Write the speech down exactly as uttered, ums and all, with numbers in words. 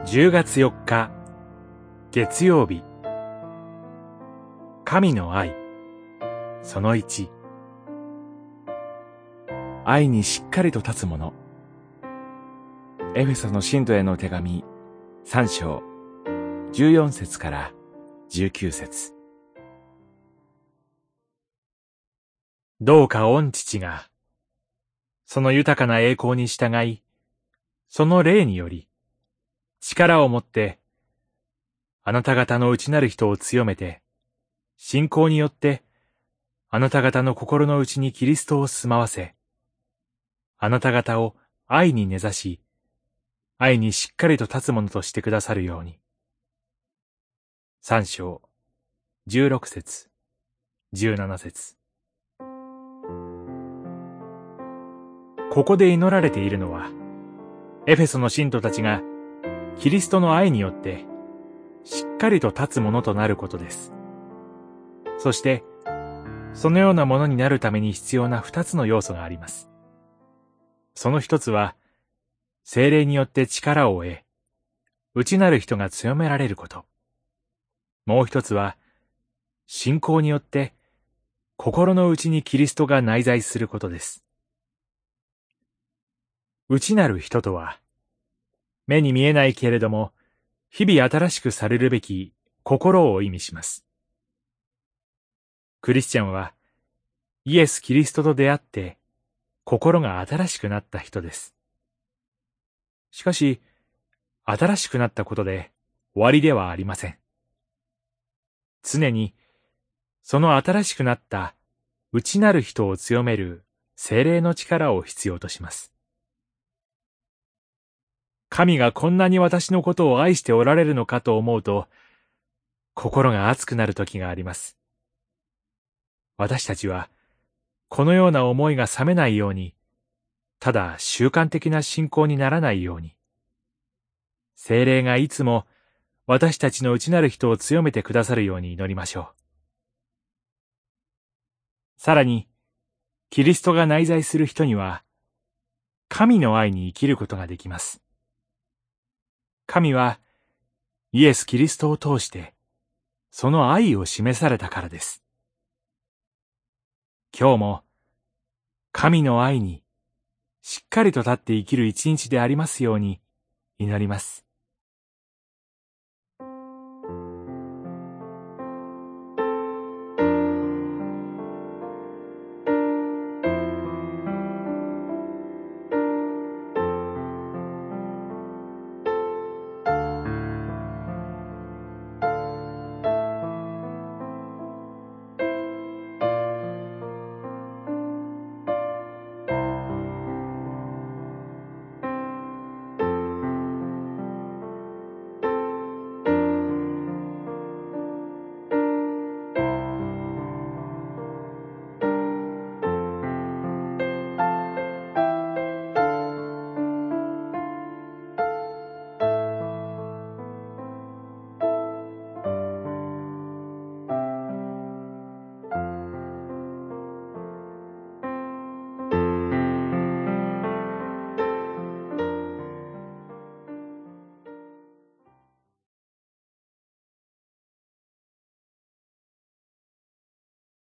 じゅうがつよっか月曜日、神の愛そのいち、愛にしっかりと立つもの。エフェソの信徒への手紙さん章じゅうよん節からじゅうきゅう節。どうか御父がその豊かな栄光に従い、その霊により力をもってあなた方の内なる人を強めて、信仰によってあなた方の心の内にキリストを住まわせ、あなた方を愛に根ざし、愛にしっかりと立つものとしてくださるように。さん章じゅうろく節じゅうなな節。ここで祈られているのは、エフェソの信徒たちがキリストの愛によってしっかりと立つものとなることです。そして、そのようなものになるために必要な二つの要素があります。その一つは、聖霊によって力を得、内なる人が強められること。もう一つは、信仰によって、心の内にキリストが内在することです。内なる人とは、目に見えないけれども、日々新しくされるべき心を意味します。クリスチャンは、イエス・キリストと出会って、心が新しくなった人です。しかし、新しくなったことで終わりではありません。常に、その新しくなった内なる人を強める聖霊の力を必要とします。神がこんなに私のことを愛しておられるのかと思うと、心が熱くなる時があります。私たちは、このような思いが冷めないように、ただ習慣的な信仰にならないように、聖霊がいつも私たちの内なる人を強めてくださるように祈りましょう。さらに、キリストが内在する人には、神の愛に生きることができます。神は、イエス・キリストを通して、その愛を示されたからです。今日も、神の愛に、しっかりと立って生きる一日でありますように、祈ります。